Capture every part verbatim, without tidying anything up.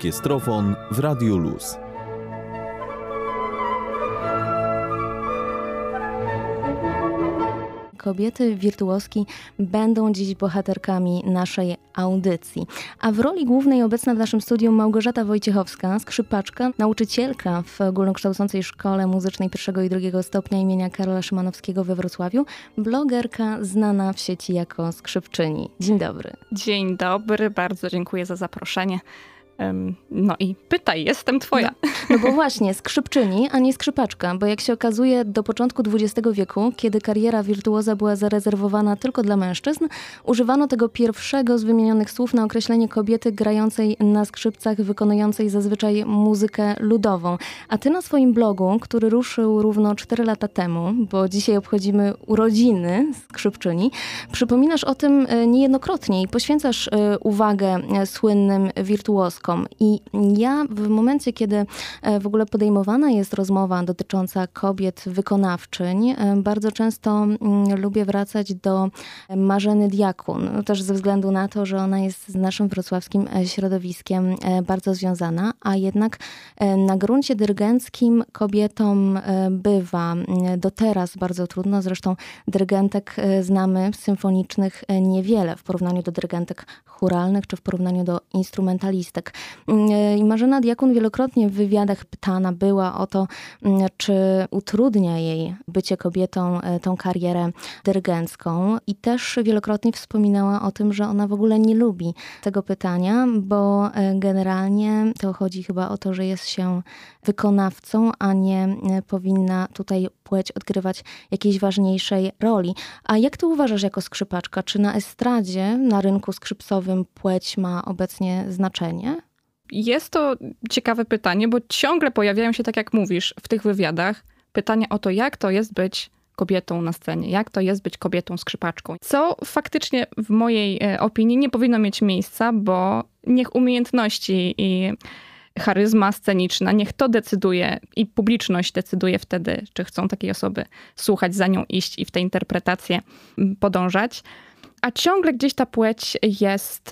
Orkiestrofon w Radiu Luz. Kobiety wirtuoski będą dziś bohaterkami naszej audycji. A w roli głównej obecna w naszym studiu Małgorzata Wojciechowska, skrzypaczka, nauczycielka w ogólnokształcącej szkole muzycznej pierwszego i drugiego stopnia imienia Karola Szymanowskiego we Wrocławiu, blogerka znana w sieci jako skrzypczyni. Dzień dobry. Dzień dobry, bardzo dziękuję za zaproszenie. No i pytaj, jestem twoja. No, no bo właśnie, skrzypczyni, a nie skrzypaczka, bo jak się okazuje, do początku dwudziestego wieku, kiedy kariera wirtuoza była zarezerwowana tylko dla mężczyzn, używano tego pierwszego z wymienionych słów na określenie kobiety grającej na skrzypcach, wykonującej zazwyczaj muzykę ludową. A ty na swoim blogu, który ruszył równo cztery lata temu, bo dzisiaj obchodzimy urodziny skrzypczyni, przypominasz o tym niejednokrotnie i poświęcasz uwagę słynnym wirtuoskom. I ja w momencie, kiedy w ogóle podejmowana jest rozmowa dotycząca kobiet wykonawczyń, bardzo często lubię wracać do Marzeny Diakun. Też ze względu na to, że ona jest z naszym wrocławskim środowiskiem bardzo związana, a jednak na gruncie dyrygenckim kobietom bywa do teraz bardzo trudno. Zresztą dyrygentek znamy symfonicznych niewiele w porównaniu do dyrygentek chóralnych czy w porównaniu do instrumentalistek. I Marzena Diakun wielokrotnie w wywiadach pytana była o to, czy utrudnia jej bycie kobietą tą karierę dyrygencką. I też wielokrotnie wspominała o tym, że ona w ogóle nie lubi tego pytania, bo generalnie to chodzi chyba o to, że jest się wykonawcą, a nie powinna tutaj płeć odgrywać jakiejś ważniejszej roli. A jak ty uważasz jako skrzypaczka, czy na estradzie, na rynku skrzypcowym płeć ma obecnie znaczenie? Jest to ciekawe pytanie, bo ciągle pojawiają się, tak jak mówisz, w tych wywiadach pytania o to, jak to jest być kobietą na scenie, jak to jest być kobietą skrzypaczką. Co faktycznie w mojej opinii nie powinno mieć miejsca, bo niech umiejętności i charyzma sceniczna, niech to decyduje i publiczność decyduje wtedy, czy chcą takiej osoby słuchać, za nią iść i w tę interpretację podążać. A ciągle gdzieś ta płeć jest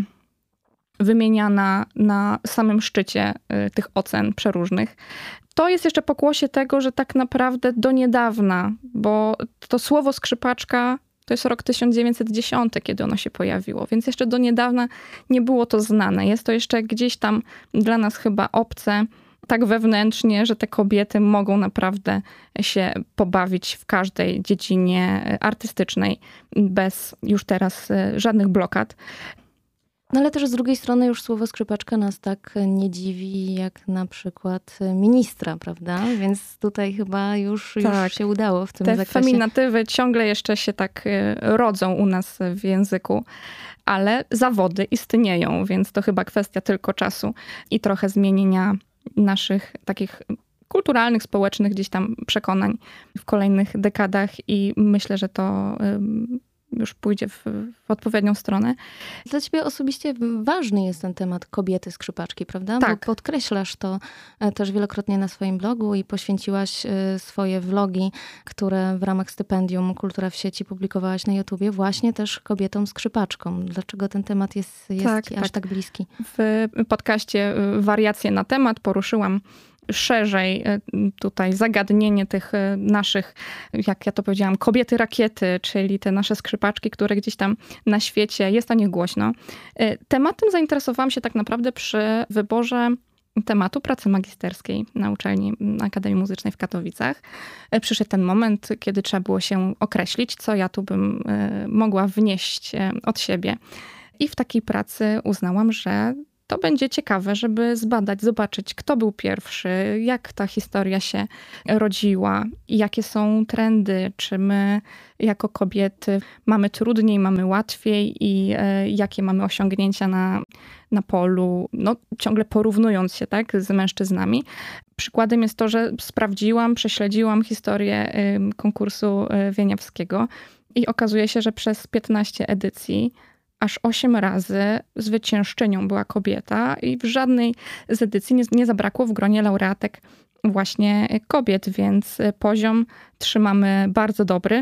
wymieniana na samym szczycie tych ocen przeróżnych. To jest jeszcze pokłosie tego, że tak naprawdę do niedawna, bo to słowo skrzypaczka to jest rok tysiąc dziewięćset dziesiąty, kiedy ono się pojawiło, więc jeszcze do niedawna nie było to znane. Jest to jeszcze gdzieś tam dla nas chyba obce, tak wewnętrznie, że te kobiety mogą naprawdę się pobawić w każdej dziedzinie artystycznej bez już teraz żadnych blokad. No ale też z drugiej strony już słowo skrzypaczka nas tak nie dziwi jak na przykład ministra, prawda? Więc tutaj chyba już, tak, już się udało w tym Te zakresie. feminatywy ciągle jeszcze się tak rodzą u nas w języku, ale zawody istnieją, więc to chyba kwestia tylko czasu i trochę zmienienia naszych takich kulturalnych, społecznych gdzieś tam przekonań w kolejnych dekadach i myślę, że to już pójdzie w, w odpowiednią stronę. Dla ciebie osobiście ważny jest ten temat kobiety skrzypaczki, prawda? Tak. Bo podkreślasz to też wielokrotnie na swoim blogu i poświęciłaś swoje vlogi, które w ramach stypendium Kultura w sieci publikowałaś na YouTubie, właśnie też kobietom skrzypaczkom. Dlaczego ten temat jest, jest tak, aż tak. tak bliski? W podcaście Wariacje na temat poruszyłam szerzej tutaj zagadnienie tych naszych, jak ja to powiedziałam, kobiety rakiety, czyli te nasze skrzypaczki, które gdzieś tam na świecie, jest o nich głośno. Tematem zainteresowałam się tak naprawdę przy wyborze tematu pracy magisterskiej na uczelni Akademii Muzycznej w Katowicach. Przyszedł ten moment, kiedy trzeba było się określić, co ja tu bym mogła wnieść od siebie. I w takiej pracy uznałam, że to będzie ciekawe, żeby zbadać, zobaczyć, kto był pierwszy, jak ta historia się rodziła i jakie są trendy, czy my jako kobiety mamy trudniej, mamy łatwiej i jakie mamy osiągnięcia na, na polu, no ciągle porównując się tak z mężczyznami. Przykładem jest to, że sprawdziłam, prześledziłam historię konkursu wieniawskiego i okazuje się, że przez piętnaście edycji aż osiem razy zwyciężczynią była kobieta i w żadnej z edycji nie, nie zabrakło w gronie laureatek właśnie kobiet, więc poziom trzymamy bardzo dobry,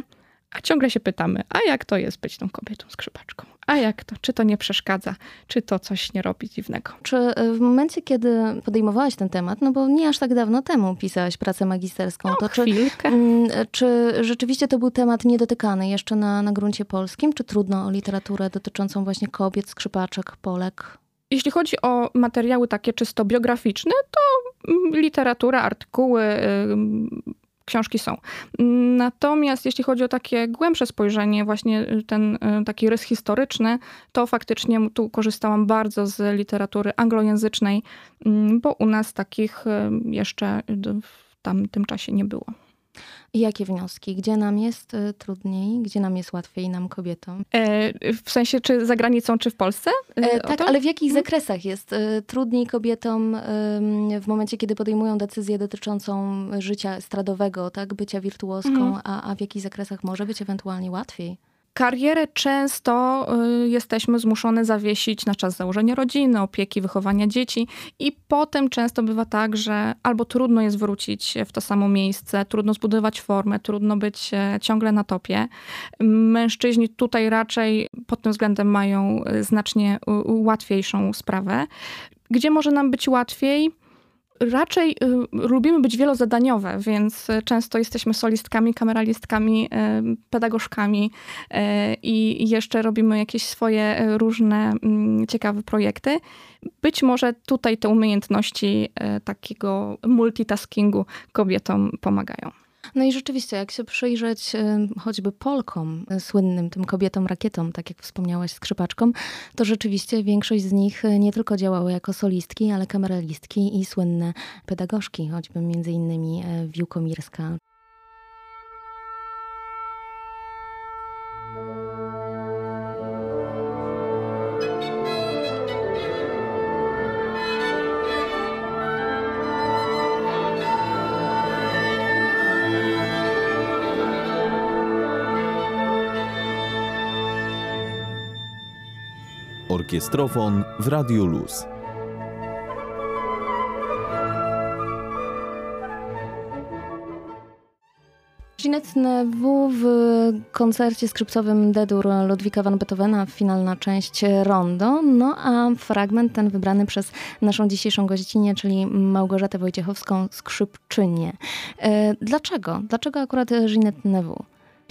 A ciągle się pytamy, a jak to jest być tą kobietą skrzypaczką? A jak to? Czy to nie przeszkadza? Czy to coś nie robi dziwnego? Czy w momencie, kiedy podejmowałaś ten temat, no bo nie aż tak dawno temu pisałaś pracę magisterską, No, to czy, chwilkę. czy rzeczywiście to był temat niedotykany jeszcze na, na gruncie polskim? Czy trudno o literaturę dotyczącą właśnie kobiet, skrzypaczek, Polek? Jeśli chodzi o materiały takie czysto biograficzne, to literatura, artykuły, książki są. Natomiast jeśli chodzi o takie głębsze spojrzenie, właśnie ten taki rys historyczny, to faktycznie tu korzystałam bardzo z literatury anglojęzycznej, bo u nas takich jeszcze w tamtym czasie nie było. I jakie wnioski? Gdzie nam jest trudniej? Gdzie nam jest łatwiej, nam kobietom? E, w sensie, czy za granicą, czy w Polsce? E, tak, ale w jakich zakresach jest e, trudniej kobietom e, w momencie, kiedy podejmują decyzję dotyczącą życia estradowego, tak, bycia wirtuozką, mhm. a, a w jakich zakresach może być ewentualnie łatwiej? Karierę często y, jesteśmy zmuszone zawiesić na czas założenia rodziny, opieki, wychowania dzieci i potem często bywa tak, że albo trudno jest wrócić w to samo miejsce, trudno zbudować formę, trudno być ciągle na topie. Mężczyźni tutaj raczej pod tym względem mają znacznie łatwiejszą sprawę. Gdzie może nam być łatwiej? Raczej y, lubimy być wielozadaniowe, więc często jesteśmy solistkami, kameralistkami, y, pedagogzkami y, i jeszcze robimy jakieś swoje różne y, ciekawe projekty. Być może tutaj te umiejętności y, takiego multitaskingu kobietom pomagają. No i rzeczywiście, jak się przyjrzeć choćby Polkom, słynnym tym kobietom rakietom, tak jak wspomniałaś, skrzypaczkom, to rzeczywiście większość z nich nie tylko działały jako solistki, ale kameralistki i słynne pedagogzki, choćby między innymi Wiłkomirska. Orkiestrofon w Radiu Luz. Ginette Neveu w koncercie skrzypcowym D-dur Ludwika van Beethovena, finalna część Rondo, no a fragment ten wybrany przez naszą dzisiejszą gościnię, czyli Małgorzatę Wojciechowską, skrzypczynię. Dlaczego? Dlaczego akurat Ginette Neveu?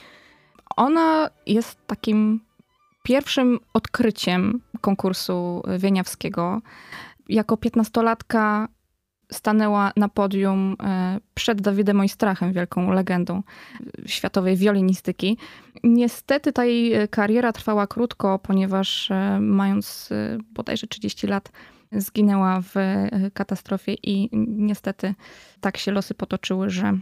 Ona jest takim pierwszym odkryciem konkursu wieniawskiego. Jako piętnastolatka stanęła na podium przed Dawidem Oistrachem, wielką legendą światowej wiolinistyki. Niestety ta jej kariera trwała krótko, ponieważ mając bodajże trzydzieści lat zginęła w katastrofie i niestety tak się losy potoczyły, że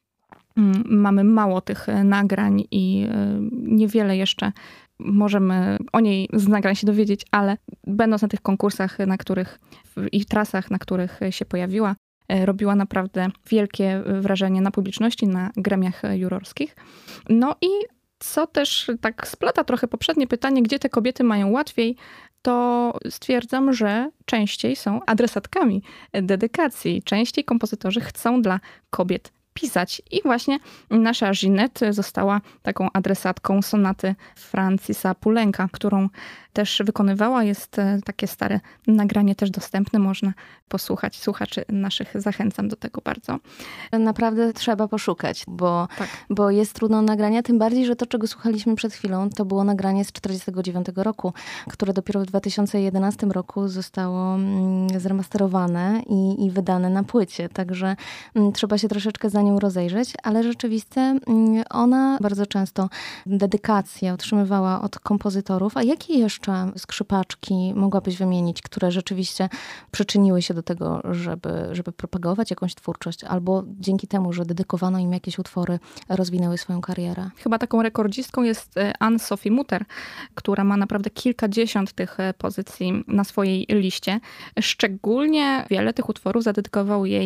mamy mało tych nagrań i niewiele jeszcze możemy o niej z nagrań się dowiedzieć, ale będąc na tych konkursach, na których i trasach, na których się pojawiła, robiła naprawdę wielkie wrażenie na publiczności, na gremiach jurorskich. No i co też tak splata trochę poprzednie pytanie, gdzie te kobiety mają łatwiej, to stwierdzam, że częściej są adresatkami dedykacji. Częściej kompozytorzy chcą dla kobiet pisać. I właśnie nasza Ginette została taką adresatką sonaty Francisa Poulenca, którą też wykonywała. Jest takie stare nagranie też dostępne, można posłuchać. Słuchaczy naszych zachęcam do tego bardzo. Naprawdę trzeba poszukać, bo, tak. bo jest trudno nagrania, tym bardziej, że to, czego słuchaliśmy przed chwilą, to było nagranie z czterdziestego dziewiątego roku, które dopiero w dwa tysiące jedenastym roku zostało zremasterowane i, i wydane na płycie. Także m, trzeba się troszeczkę za nią rozejrzeć, ale rzeczywiście m, ona bardzo często dedykacje otrzymywała od kompozytorów. A jakie jeszcze skrzypaczki mogłabyś wymienić, które rzeczywiście przyczyniły się do tego, żeby, żeby propagować jakąś twórczość, albo dzięki temu, że dedykowano im jakieś utwory, rozwinęły swoją karierę? Chyba taką rekordistką jest Anne-Sophie Mutter, która ma naprawdę kilkadziesiąt tych pozycji na swojej liście. Szczególnie wiele tych utworów zadedykował jej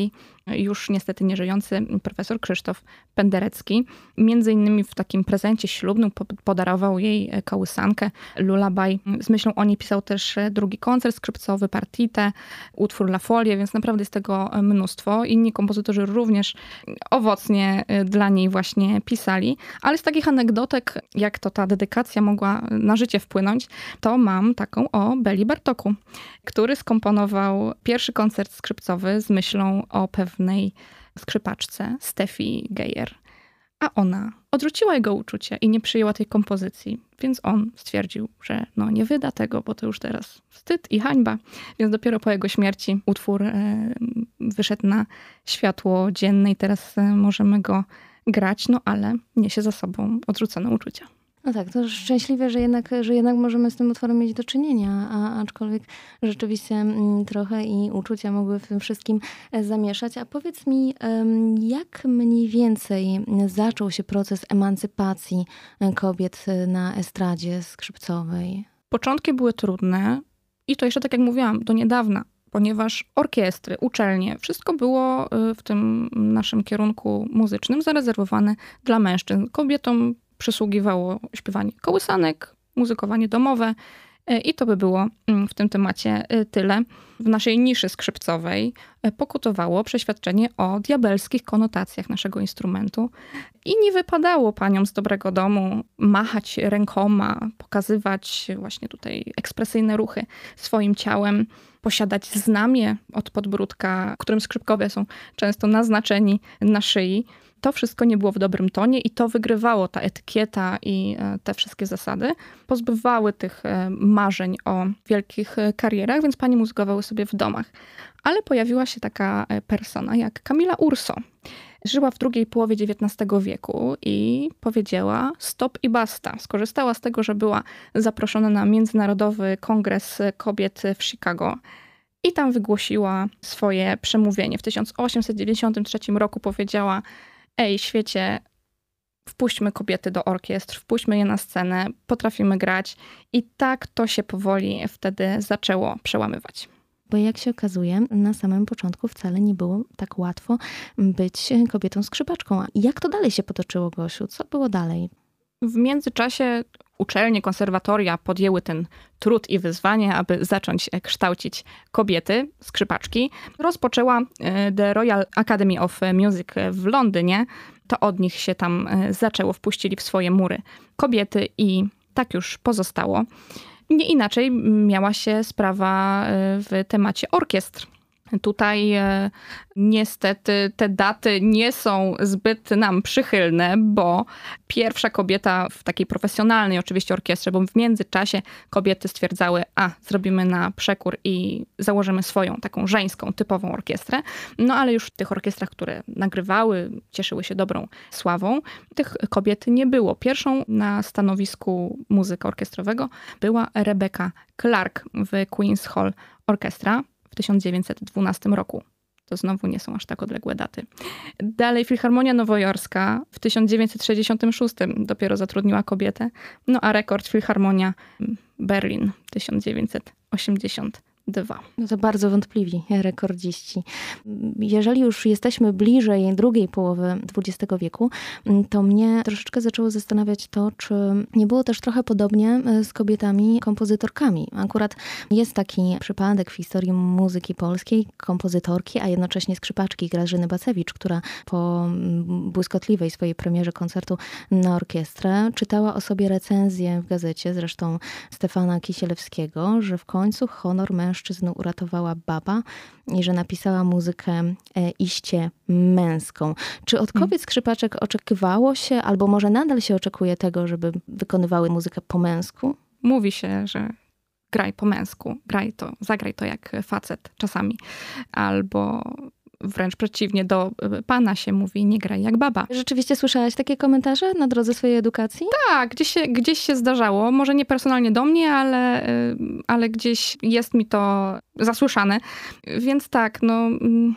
już niestety nieżyjący profesor Krzysztof Penderecki. Między innymi w takim prezencie ślubnym podarował jej kołysankę Lullaby. Z myślą o niej pisał też drugi koncert skrzypcowy, partitę, utwór La Folie, więc naprawdę jest tego mnóstwo. Inni kompozytorzy również owocnie dla niej właśnie pisali. Ale z takich anegdotek, jak to ta dedykacja mogła na życie wpłynąć, to mam taką o Beli Bartoku, który skomponował pierwszy koncert skrzypcowy z myślą o pewnej skrzypaczce, Steffi Geyer. A ona odrzuciła jego uczucie i nie przyjęła tej kompozycji, więc on stwierdził, że no nie wyda tego, bo to już teraz wstyd i hańba. Więc dopiero po jego śmierci utwór e, wyszedł na światło dzienne i teraz e, możemy go grać, no ale niesie za sobą odrzucone uczucia. No tak, to szczęśliwe, że jednak, że jednak możemy z tym utworem mieć do czynienia, a aczkolwiek rzeczywiście m, trochę i uczucia mogły w tym wszystkim zamieszać. A powiedz mi, jak mniej więcej zaczął się proces emancypacji kobiet na estradzie skrzypcowej? Początki były trudne i to jeszcze tak jak mówiłam, do niedawna, ponieważ orkiestry, uczelnie, wszystko było w tym naszym kierunku muzycznym zarezerwowane dla mężczyzn. Kobietom przysługiwało śpiewanie kołysanek, muzykowanie domowe i to by było w tym temacie tyle. W naszej niszy skrzypcowej pokutowało przeświadczenie o diabelskich konotacjach naszego instrumentu i nie wypadało paniom z dobrego domu machać rękoma, pokazywać właśnie tutaj ekspresyjne ruchy swoim ciałem, posiadać znamie od podbródka, którym skrzypkowie są często naznaczeni na szyi. To wszystko nie było w dobrym tonie i to wygrywało, ta etykieta i te wszystkie zasady. Pozbywały tych marzeń o wielkich karierach, więc panie muzykowały sobie w domach. Ale pojawiła się taka persona jak Camilla Urso. Żyła w drugiej połowie dziewiętnastego wieku i powiedziała stop i basta. Skorzystała z tego, że była zaproszona na Międzynarodowy Kongres Kobiet w Chicago i tam wygłosiła swoje przemówienie. W tysiąc osiemset dziewięćdziesiątym trzecim roku powiedziała: ej, świecie, wpuśćmy kobiety do orkiestr, wpuśćmy je na scenę, potrafimy grać. I tak to się powoli wtedy zaczęło przełamywać. Bo jak się okazuje, na samym początku wcale nie było tak łatwo być kobietą skrzypaczką. Jak to dalej się potoczyło, Gosiu? Co było dalej? W międzyczasie uczelnie, konserwatoria podjęły ten trud i wyzwanie, aby zacząć kształcić kobiety, skrzypaczki. Rozpoczęła The Royal Academy of Music w Londynie. To od nich się tam zaczęło, wpuścili w swoje mury kobiety i tak już pozostało. Nie inaczej miała się sprawa w temacie orkiestr. Tutaj e, niestety te daty nie są zbyt nam przychylne, bo pierwsza kobieta w takiej profesjonalnej oczywiście orkiestrze, bo w międzyczasie kobiety stwierdzały, a zrobimy na przekór i założymy swoją taką żeńską, typową orkiestrę. No ale już w tych orkiestrach, które nagrywały, cieszyły się dobrą sławą, tych kobiet nie było. Pierwszą na stanowisku muzyka orkiestrowego była Rebecca Clark w Queen's Hall Orchestra w tysiąc dziewięćset dwunastym roku. To znowu nie są aż tak odległe daty. Dalej Filharmonia Nowojorska w tysiąc dziewięćset sześćdziesiątym szóstym dopiero zatrudniła kobietę. No a rekord Filharmonia Berlin tysiąc dziewięćset osiemdziesiąty drugi. No to bardzo wątpliwi rekordziści. Jeżeli już jesteśmy bliżej drugiej połowy dwudziestego wieku, to mnie troszeczkę zaczęło zastanawiać to, czy nie było też trochę podobnie z kobietami kompozytorkami. Akurat jest taki przypadek w historii muzyki polskiej, kompozytorki, a jednocześnie skrzypaczki Grażyny Bacewicz, która po błyskotliwej swojej premierze koncertu na orkiestrę czytała o sobie recenzję w gazecie, zresztą Stefana Kisielewskiego, że w końcu honor mężczyzn uratowała baba i że napisała muzykę e, iście męską. Czy od kobiet skrzypaczek oczekiwało się, albo może nadal się oczekuje tego, żeby wykonywały muzykę po męsku? Mówi się, że graj po męsku, graj to, zagraj to jak facet czasami. Albo wręcz przeciwnie, do pana się mówi, nie graj jak baba. Rzeczywiście słyszałaś takie komentarze na drodze swojej edukacji? Tak, gdzieś się, gdzieś się zdarzało. Może nie personalnie do mnie, ale, ale gdzieś jest mi to zasłyszane. Więc tak, no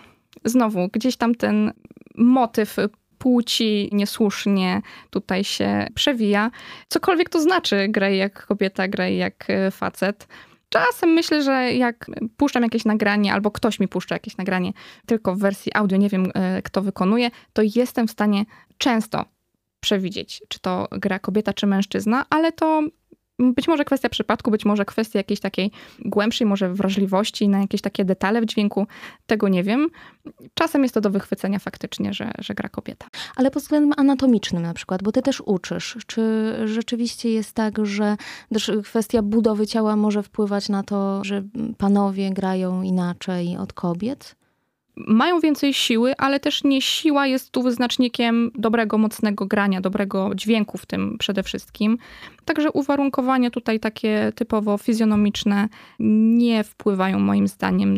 znowu, gdzieś tam ten motyw płci niesłusznie tutaj się przewija. Cokolwiek to znaczy, graj jak kobieta, graj jak facet. Czasem myślę, że jak puszczam jakieś nagranie, albo ktoś mi puszcza jakieś nagranie tylko w wersji audio, nie wiem kto wykonuje, to jestem w stanie często przewidzieć, czy to gra kobieta, czy mężczyzna, ale to być może kwestia przypadku, być może kwestia jakiejś takiej głębszej może wrażliwości na jakieś takie detale w dźwięku, tego nie wiem. Czasem jest to do wychwycenia faktycznie, że, że gra kobieta. Ale pod względem anatomicznym na przykład, bo ty też uczysz. Czy rzeczywiście jest tak, że też kwestia budowy ciała może wpływać na to, że panowie grają inaczej od kobiet? Mają więcej siły, ale też nie siła jest tu wyznacznikiem dobrego, mocnego grania, dobrego dźwięku w tym przede wszystkim. Także uwarunkowania tutaj takie typowo fizjonomiczne nie wpływają moim zdaniem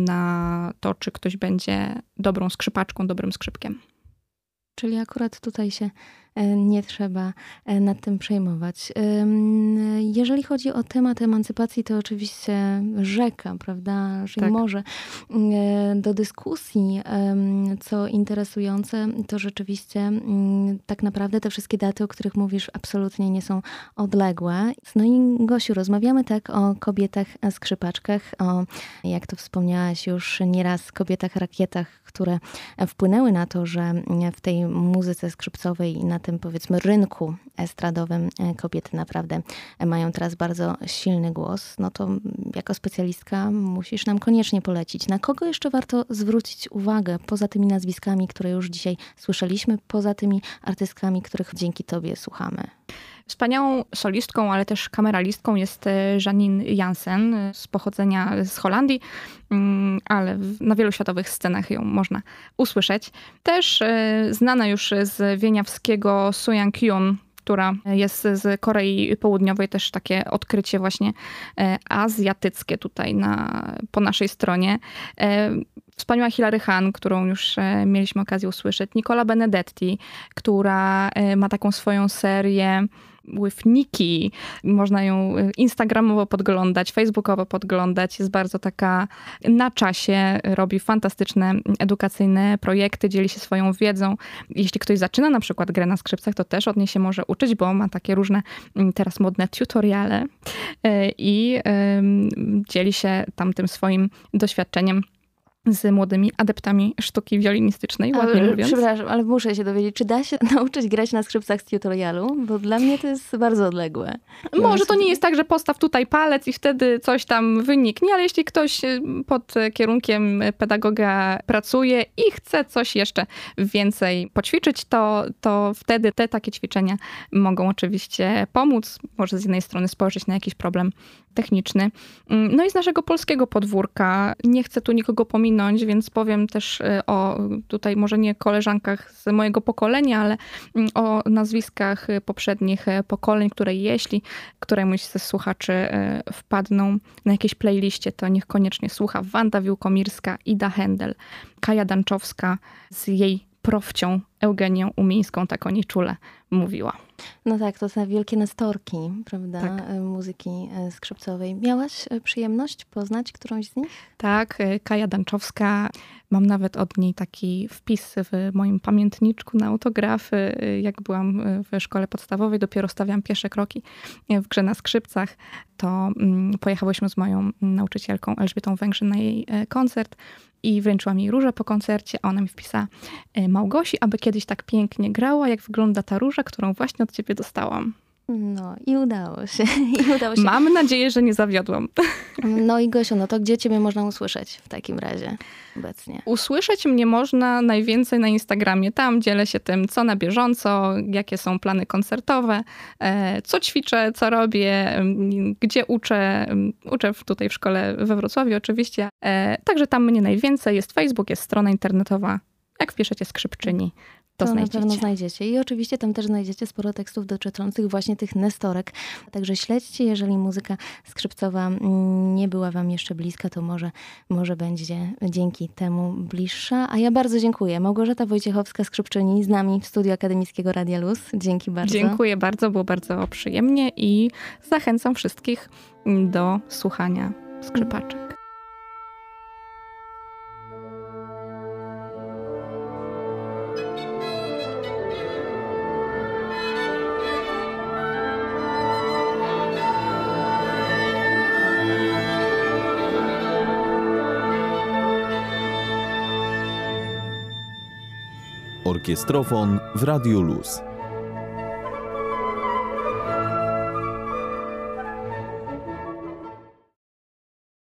na to, czy ktoś będzie dobrą skrzypaczką, dobrym skrzypkiem. Czyli akurat tutaj się nie trzeba nad tym przejmować. Jeżeli chodzi o temat emancypacji, to oczywiście rzeka, prawda, czyli tak. morze do dyskusji. Co interesujące, to rzeczywiście tak naprawdę te wszystkie daty, o których mówisz, absolutnie nie są odległe. No i Gosiu, rozmawiamy tak o kobietach skrzypaczkach, o, jak to wspomniałaś już nieraz, kobietach rakietach, które wpłynęły na to, że w tej muzyce skrzypcowej i na tym, powiedzmy, rynku estradowym kobiety naprawdę mają teraz bardzo silny głos. No to jako specjalistka musisz nam koniecznie polecić. Na kogo jeszcze warto zwrócić uwagę poza tymi nazwiskami, które już dzisiaj słyszeliśmy, poza tymi artystkami, których dzięki tobie słuchamy? Wspaniałą solistką, ale też kameralistką jest Janine Jansen z pochodzenia z Holandii, ale na wielu światowych scenach ją można usłyszeć. Też znana już z wieniawskiego Soo Kyun, która jest z Korei Południowej, też takie odkrycie właśnie azjatyckie tutaj na, po naszej stronie. Wspaniała Hilary Hahn, którą już mieliśmy okazję usłyszeć. Nicola Benedetti, która ma taką swoją serię with Nikki. Można ją instagramowo podglądać, facebookowo podglądać. Jest bardzo taka na czasie, robi fantastyczne edukacyjne projekty, dzieli się swoją wiedzą. Jeśli ktoś zaczyna na przykład grę na skrzypcach, to też od niej się może uczyć, bo ma takie różne teraz modne tutoriale i dzieli się tam tym swoim doświadczeniem z młodymi adeptami sztuki wiolinistycznej, ładnie ale, mówiąc. Przepraszam, ale muszę się dowiedzieć, czy da się nauczyć grać na skrzypcach z tutorialu? Bo dla mnie to jest bardzo odległe. Może to nie jest tak, że postaw tutaj palec i wtedy coś tam wyniknie, ale jeśli ktoś pod kierunkiem pedagoga pracuje i chce coś jeszcze więcej poćwiczyć, to, to wtedy te takie ćwiczenia mogą oczywiście pomóc. Może z jednej strony spojrzeć na jakiś problem techniczny. No i z naszego polskiego podwórka, nie chcę tu nikogo pominąć, więc powiem też o tutaj może nie koleżankach z mojego pokolenia, ale o nazwiskach poprzednich pokoleń, które jeśli któremuś ze słuchaczy wpadną na jakieś playliście, to niech koniecznie słucha. Wanda Wiłkomirska, Ida Händel, Kaja Danczowska z jej profcią Eugenią Umińską, tak o niej czule mówiła. No tak, to te wielkie nestorki, prawda, tak. muzyki skrzypcowej. Miałaś przyjemność poznać którąś z nich? Tak, Kaja Danczowska. Mam nawet od niej taki wpis w moim pamiętniczku na autografy. Jak byłam w szkole podstawowej, dopiero stawiałam pierwsze kroki w grze na skrzypcach, to pojechałyśmy z moją nauczycielką Elżbietą Węgrzyn na jej koncert i wręczyłam jej różę po koncercie. Ona mi wpisała: Małgosi, aby kiedyś tak pięknie grała, jak wygląda ta róża, którą właśnie od ciebie dostałam. No i udało się. I udało się. Mam nadzieję, że nie zawiodłam. No i Gosiu, no to gdzie ciebie można usłyszeć w takim razie obecnie? Usłyszeć mnie można najwięcej na Instagramie. Tam dzielę się tym, co na bieżąco, jakie są plany koncertowe, co ćwiczę, co robię, gdzie uczę. Uczę tutaj w szkole we Wrocławiu oczywiście. Także tam mnie najwięcej. Jest Facebook, jest strona internetowa. Jak wpiszecie skrzypczyni, to, to na pewno znajdziecie. I oczywiście tam też znajdziecie sporo tekstów dotyczących właśnie tych nestorek. Także śledźcie, jeżeli muzyka skrzypcowa nie była wam jeszcze bliska, to może, może będzie dzięki temu bliższa. A ja bardzo dziękuję. Małgorzata Wojciechowska, skrzypczyni, z nami w studiu Akademickiego Radia Luz. Dzięki bardzo. Dziękuję bardzo, było bardzo przyjemnie i zachęcam wszystkich do słuchania skrzypaczek. Orkiestrofon w Radiu Luz.